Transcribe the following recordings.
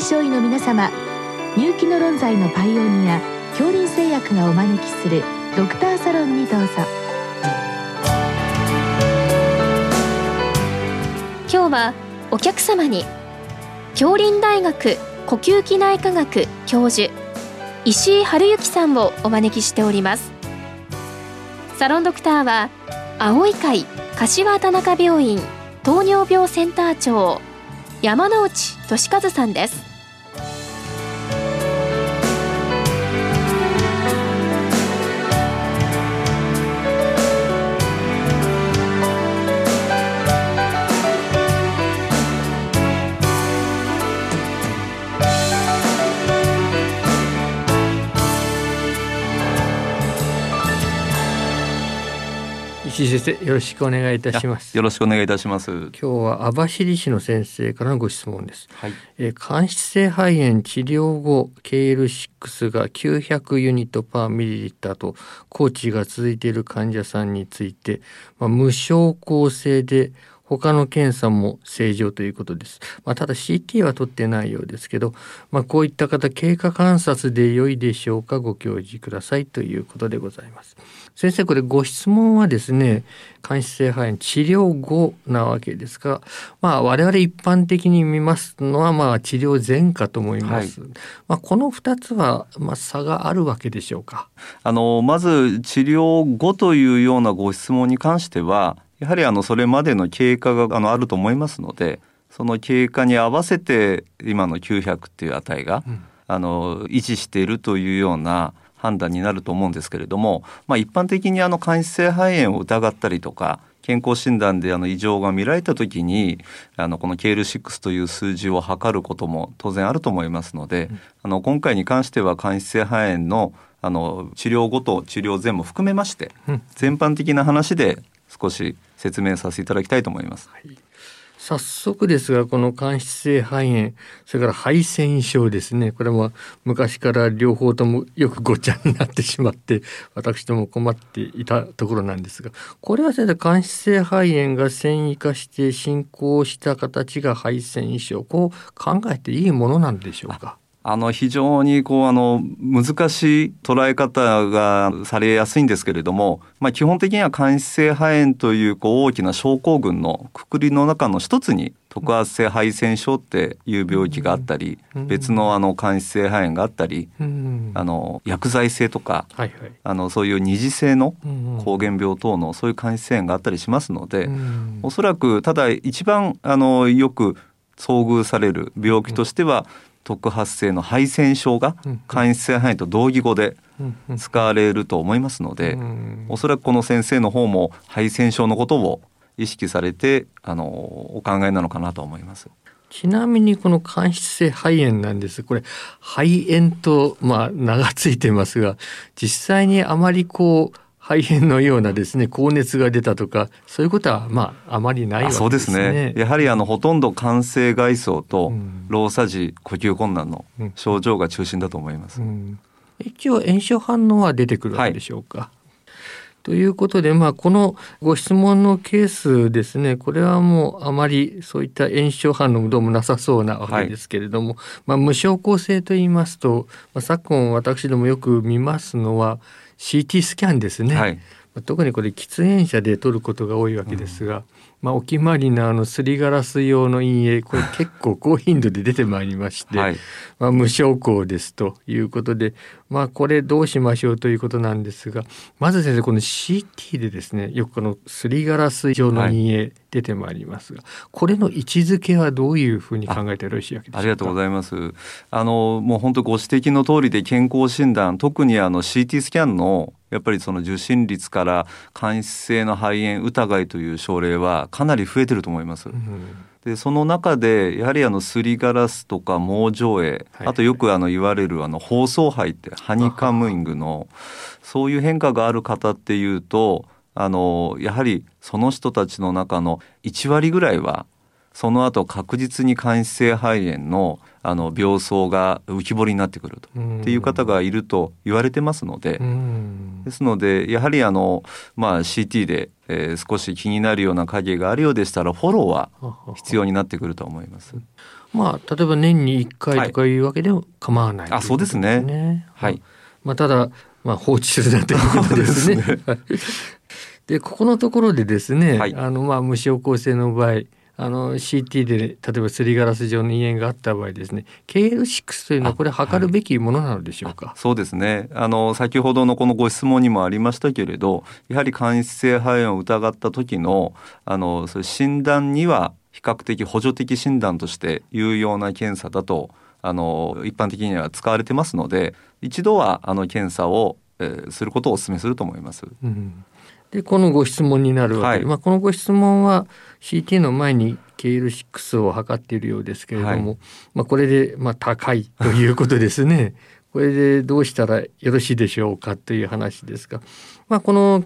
症医の皆様、入気の論剤のパイオニア恐林製薬がお招きするドクターサロンにどうぞ。 今日はお客様に杏林大学呼吸器内科学教授石井春之さんをお招きしております。サロンドクターは青い会柏田中病院糖尿病センター長山内俊和さんです。 石井先生、よろしくお願いいたします。 よろしくお願いいたします。 今日は網走市の先生からのご質問です。 はい。 間質性肺炎治療後 KL6 が900ユニットパーミリリッターと高値が続いている患者さんについて、無症候性で他の検査も正常ということです。ただ CT は取ってないようですけど、こういった方経過観察で良いでしょうか、ご教示くださいということでございます。先生、これご質問はですね、間質性肺炎治療後なわけですが、我々一般的に見ますのは治療前かと思います。はい、この2つは差があるわけでしょうか。 まず治療後というようなご質問に関しては、やはりそれまでの経過があると思いますので、その経過に合わせて今の900っていう値が、維持しているというような判断になると思うんですけれども、一般的に間質性肺炎を疑ったりとか健康診断で異常が見られたときにこの KL6 という数字を測ることも当然あると思いますので、今回に関しては間質性肺炎の治療後と治療前も含めまして、全般的な話で少し説明させていただきたいと思います。 はい、早速ですが、この間質性肺炎、それから肺腺症ですね、これも昔から両方ともよくごちゃになってしまって私ども困っていたところなんですが、これは先生、間質性肺炎が線維化して進行した形が肺腺症、こう考えていいものなんでしょうか。 非常に難しい捉え方がされやすいんですけれども、基本的には間質性肺炎という大きな症候群のくくりの中の一つに特発性肺腺症っていう病気があったり、別の間質性肺炎があったり、薬剤性とか、そういう二次性の膠原病等のそういう間質性炎があったりしますので、おそらくただ一番よく遭遇される病気としては、特発性の肺腺症が間質性肺炎と同義語で使われると思いますので、おそらくこの先生の方も肺腺症のことを意識されてお考えなのかなと思います。 ちなみにこの間質性肺炎なんです。これ肺炎と名がついてますが、実際にあまり肺炎のようなですね、高熱が出たとかそういうことはあまりないわけですね。 そうですね。やはりほとんど肝性外傷と労作時呼吸困難の症状が中心だと思います。 一応炎症反応は出てくるわけでしょうか。ということで、このご質問のケースですね、これはもうあまりそういった炎症反応もどうもなさそうなわけですけれども、無症候性といいますと、昨今私どもよく見ますのはCT スキャンですね。特にこれ喫煙者で取ることが多いわけですが、お決まりなすりガラス用の陰影、これ結構高頻度で出てまいりまして、無症候ですということで、これどうしましょうということなんですが、まず先生、この CT でですね、よくこのすりガラス状の陰影出てまいりますが、これの位置づけはどういうふうに考えてよろしいわけでしょうか。 ありがとうございます。もう本当ご指摘の通りで、健康診断、特にCT スキャンのやっぱりその受診率から間質性の肺炎疑いという症例はかなり増えてると思います。でその中でやはりすりガラスとか盲状影、あとよく言われる包装肺ってハニカムイングのそういう変化がある方っていうと、やはりその人たちの中の1割ぐらいはその後確実に間質性肺炎の病巣が浮き彫りになってくるとっていう方がいると言われてますので、ですのでやはりCT で、少し気になるような影があるようでしたらフォローは必要になってくると思います。 例えば年に1回とかいうわけでも構わない、 そうですね。はい。 ただ放置するなということですね。でここのところでですね、無症候性の場合CT で、例えばすりガラス状の胃炎があった場合ですね、KL6 というのはこれ測るべきものなのでしょうか。 そうですね。先ほどのこのご質問にもありましたけれど、やはり間質性肺炎を疑った時のそういう診断には比較的補助的診断として有用な検査だと一般的には使われてますので、一度は検査を、することをお勧めすると思います。 でこのご質問になるわけで、このご質問は CT の前に KL6 を測っているようですけれども、これで高いということですね。これでどうしたらよろしいでしょうかという話ですが、この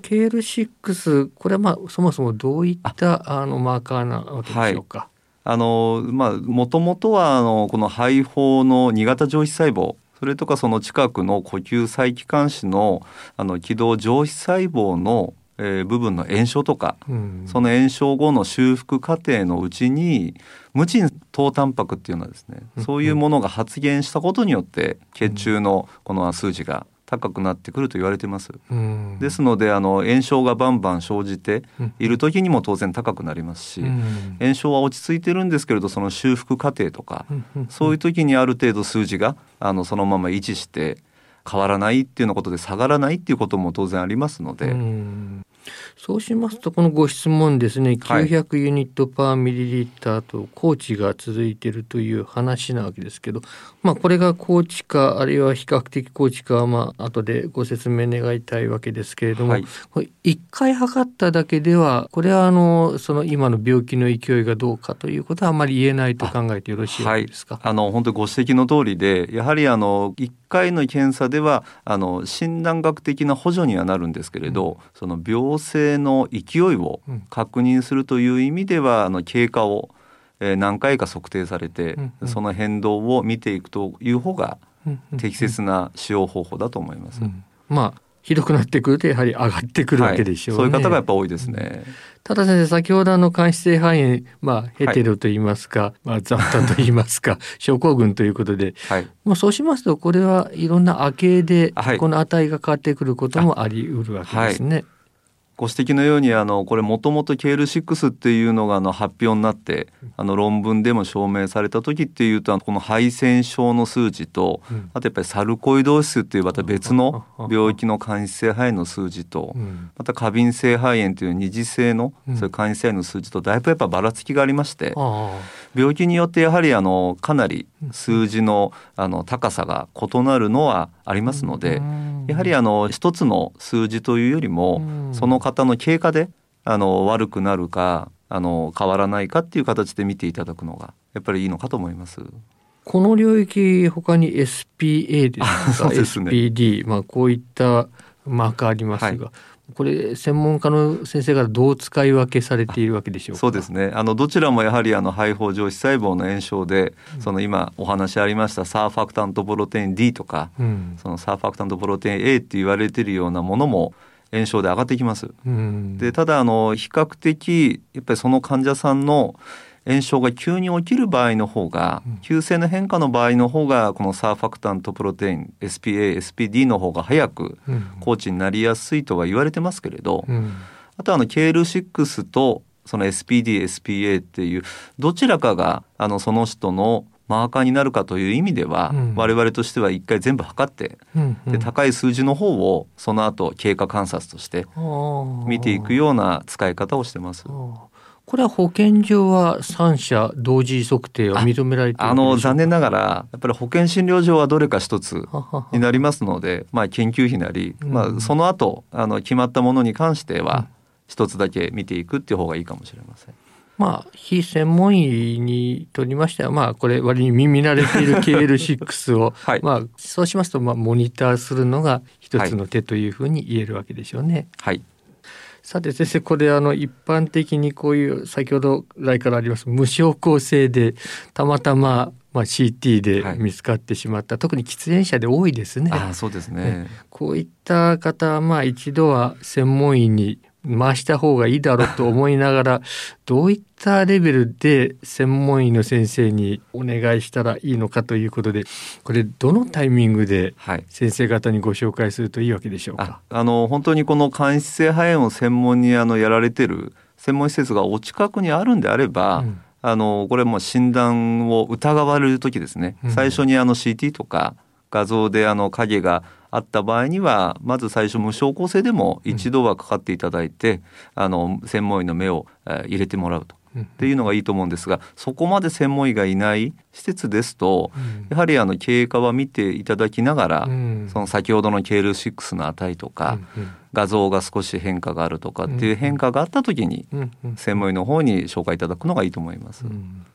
KL6 これはそもそもどういったマーカーなわけでしょうか。 もともとはこの肺胞の2型上皮細胞、それとかその近くの呼吸細気管支の気道上皮細胞の部分の炎症とか、その炎症後の修復過程のうちに無鎮糖タンパクっていうのはですね、そういうものが発現したことによって血中のこの数値が高くなってくると言われています。ですので炎症がバンバン生じている時にも当然高くなりますし、炎症は落ち着いてるんですけれど、その修復過程とかそういう時にある程度数字がそのまま維持して変わらないっていうようなことで下がらないっていうことも当然ありますので、 そうしますとこのご質問ですね、900ユニットパーミリリッターと高値が続いているという話なわけですけど、これが高値かあるいは比較的高値かは後でご説明願いたいわけですけれども、これ1回測っただけではこれはその今の病気の勢いがどうかということはあまり言えないと考えてよろしいですか。 本当にご指摘の通りで、やはり1回の検査では診断学的な補助にはなるんですけれど、その病性の勢いを確認するという意味では経過を何回か測定されて、その変動を見ていくという方が適切な使用方法だと思います。 ひどくなってくるとやはり上がってくるわけでしょうね。 そういう方がやっぱ多いですね。 ただ先生、先ほど間質性肺炎、ヘテロといいますか、雑多といいますか症候群ということで、そうしますとこれはいろんな亜系でこの値が変わってくることもあり得るわけですね。 ご指摘のようにこれもともと KL6 っていうのが発表になって論文でも証明された時っていうとこの肺腺症の数値と、あとやっぱりサルコイドーシスっていうまた別の病気の間質性肺炎の数値と、また過敏性肺炎という二次性のそういう間質性肺炎の数値とだいぶやっぱばらつきがありまして、病気によってやはりかなり数字の高さが異なるのはありますので、やはり一つの数字というよりもその方の経過で悪くなるか変わらないかっていう形で見ていただくのがやっぱりいいのかと思います。 この領域他に SPA ですか、SPD、こういったマーカーありますが、これ専門家の先生からどう使い分けされているわけでしょうか。 そうですね。どちらもやはり肺胞上皮細胞の炎症で、その今お話ありましたサーファクタントプロテイン D とか、そのサーファクタントプロテイン A って言われているようなものも炎症で上がってきます。でただ比較的やっぱりその患者さんの炎症が急に起きる場合の方が、急性の変化の場合の方がこのサーファクタントプロテイン SPA、SPD の方が早く高値になりやすいとは言われてますけれど、あとKL6 とその SPD、SPA っていうどちらかがその人のマーカーになるかという意味では、我々としては一回全部測って、で高い数字の方をその後経過観察として見ていくような使い方をしてます。 これは保健所は3社同時測定を認められているんでしょうか。 残念ながらやっぱり保険診療所はどれか一つになりますので、研究費なり、その後決まったものに関しては一つだけ見ていくっていう方がいいかもしれません。 非専門医にとりましては、これ割に見慣れている KL6 を、そうしますとモニターするのが一つの手というふうに言えるわけでしょうね。 さて先生、これ一般的にこういう先ほど来からあります無症候性でたまたまCT で見つかってしまった、特に喫煙者で多いですね。 そうですね。 こういった方は一度は専門医に回した方がいいだろうと思いながらどういったレベルで専門医の先生にお願いしたらいいのかということで、これどのタイミングで先生方にご紹介するといいわけでしょうか。 本当にこの間質性肺炎を専門にやられている専門施設がお近くにあるんであれば、これも診断を疑われる時ですね、最初にCT とか画像で影があった場合にはまず最初無症候性でも一度はかかっていただいて、専門医の目を入れてもらうとっていうのがいいと思うんですが、そこまで専門医がいない施設ですと、やはり経過は見ていただきながら、その先ほどの KL6 の値とか、画像が少し変化があるとかっていう変化があった時に、専門医の方に紹介いただくのがいいと思います。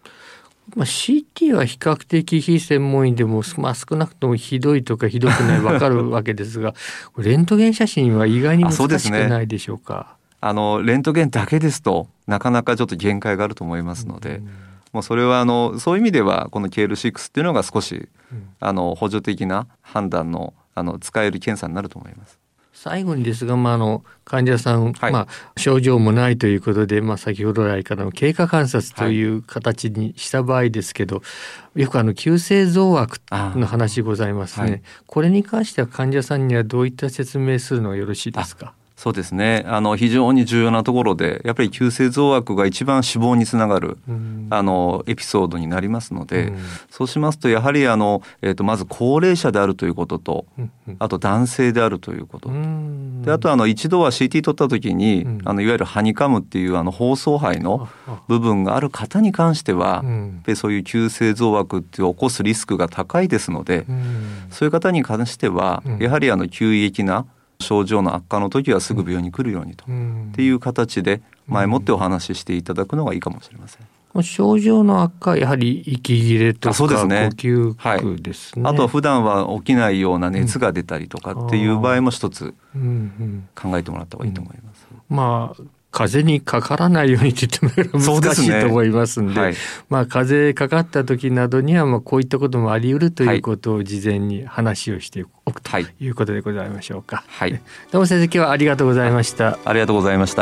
CT は比較的非専門医でも、少なくともひどいとかひどくない分かるわけですがレントゲン写真は意外に難しくないでしょうか。 レントゲンだけですとなかなかちょっと限界があると思いますので、もうそれはそういう意味ではこの KL6 っていうのが少し、補助的な判断の使える検査になると思います。 最後にですが、患者さん、症状もないということで、先ほど来からの経過観察という形にした場合ですけど、よく急性増悪の話ございますね。これに関しては患者さんにはどういった説明するのがよろしいですか。 そうですね、非常に重要なところで、やっぱり急性増悪が一番死亡につながる、エピソードになりますので、そうしますとやはりまず高齢者であるということと、あと男性であるということで、あと一度は CT 取った時に、いわゆるハニカムっていう包装肺の部分がある方に関しては、やっぱりそういう急性増悪って起こすリスクが高いですので、そういう方に関してはやはり急激な症状の悪化の時はすぐ病院に来るようにと、っていう形で前もってお話ししていただくのがいいかもしれません。 症状の悪化、やはり息切れとか呼吸苦ですね。 あとは普段は起きないような熱が出たりとかっていう場合も一つ考えてもらった方がいいと思います。 風邪にかからないようにと言っても難しいと思いますんで、風邪かかった時などにはこういったこともあり得るということを事前に話をしておくということでございましょうか。どうも先生、今日はありがとうございました。 ありがとうございました。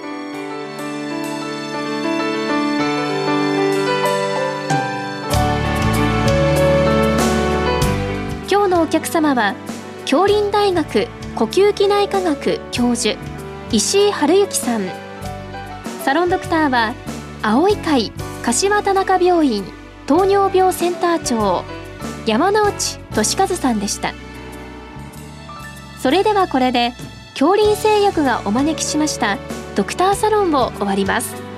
今日のお客様は杏林大学呼吸器内科学教授石井春之さん。サロンドクターは青い会柏田中病院糖尿病センター長山内俊和さんでした。それではこれで杏林製薬がお招きしましたドクターサロンを終わります。